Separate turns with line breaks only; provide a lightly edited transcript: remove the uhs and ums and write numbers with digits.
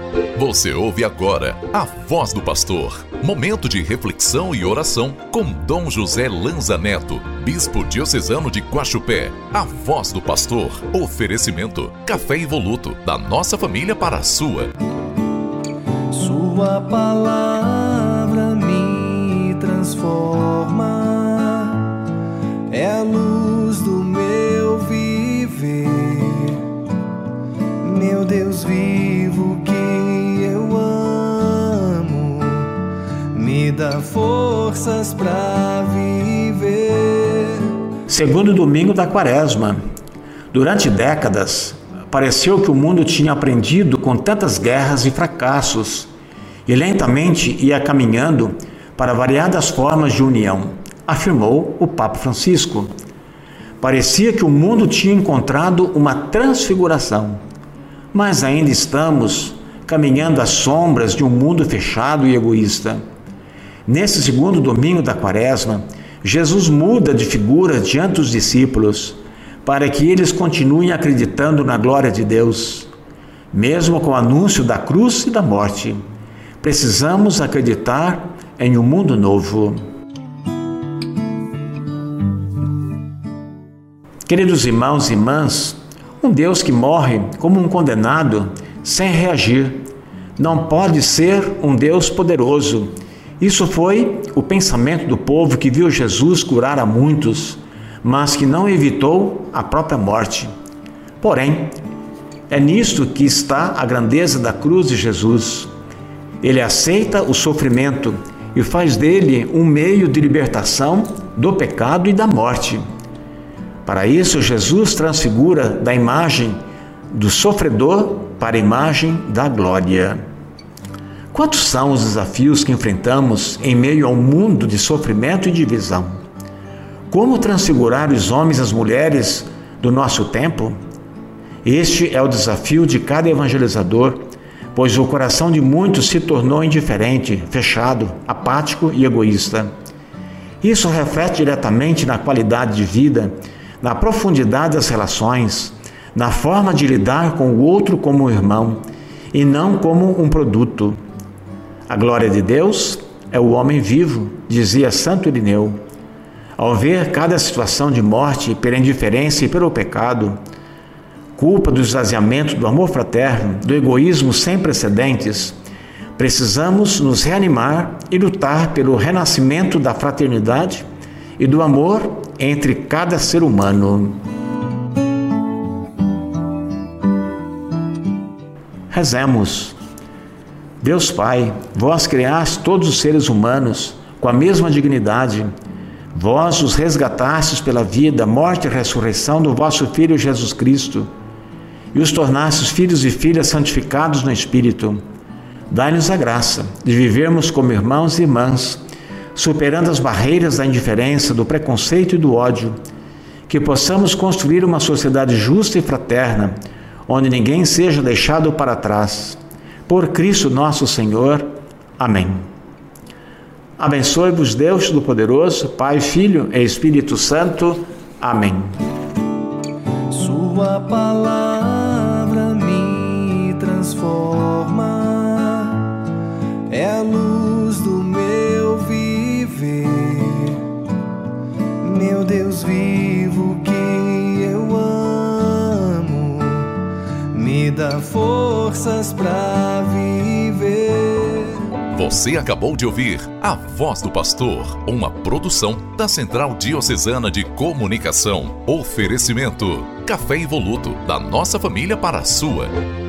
Você ouve agora a Voz do Pastor. Momento de reflexão e oração com Dom José Lanza Neto, Bispo Diocesano de Guaxupé. A Voz do Pastor. Oferecimento: café evoluto, da nossa família para a sua.
Sua palavra me transforma, é a luz do meu viver. Meu Deus vivo que eu amo, me dá forças para viver.
Segundo domingo da Quaresma. Durante décadas, pareceu que o mundo tinha aprendido com tantas guerras e fracassos e lentamente ia caminhando para variadas formas de união, afirmou o Papa Francisco. Parecia que o mundo tinha encontrado uma transfiguração, mas ainda estamos caminhando às sombras de um mundo fechado e egoísta. Nesse segundo domingo da Quaresma, Jesus muda de figura diante dos discípulos para que eles continuem acreditando na glória de Deus. Mesmo com o anúncio da cruz e da morte, precisamos acreditar em um mundo novo. Queridos irmãos e irmãs, um Deus que morre como um condenado sem reagir não pode ser um Deus poderoso. Isso foi o pensamento do povo que viu Jesus curar a muitos, mas que não evitou a própria morte. Porém, é nisto que está a grandeza da cruz de Jesus. Ele aceita o sofrimento e faz dele um meio de libertação do pecado e da morte. Para isso, Jesus transfigura da imagem do sofredor para a imagem da glória. Quantos são os desafios que enfrentamos em meio a um mundo de sofrimento e divisão? Como transfigurar os homens e as mulheres do nosso tempo? Este é o desafio de cada evangelizador, pois o coração de muitos se tornou indiferente, fechado, apático e egoísta. Isso reflete diretamente na qualidade de vida, na profundidade das relações, na forma de lidar com o outro como um irmão e não como um produto. A glória de Deus é o homem vivo, dizia Santo Irineu. Ao ver cada situação de morte pela indiferença e pelo pecado, culpa do esvaziamento do amor fraterno, do egoísmo sem precedentes, precisamos nos reanimar e lutar pelo renascimento da fraternidade e do amor entre cada ser humano. Rezemos. Deus Pai, vós criaste todos os seres humanos com a mesma dignidade. Vós os resgatastes pela vida, morte e ressurreição do vosso Filho Jesus Cristo e os tornastes filhos e filhas santificados no Espírito. Dai-nos a graça de vivermos como irmãos e irmãs, superando as barreiras da indiferença, do preconceito e do ódio, que possamos construir uma sociedade justa e fraterna, onde ninguém seja deixado para trás. Por Cristo nosso Senhor. Amém. Abençoe-vos Deus Todo-Poderoso, Pai, Filho e Espírito Santo. Amém.
Sua palavra me transforma, é a luz do meu viver. Meu Deus vivo que eu amo, me dá forças para viver.
Você acabou de ouvir A Voz do Pastor, uma produção da Central Diocesana de Comunicação. Oferecimento: café evoluto, da nossa família para a sua.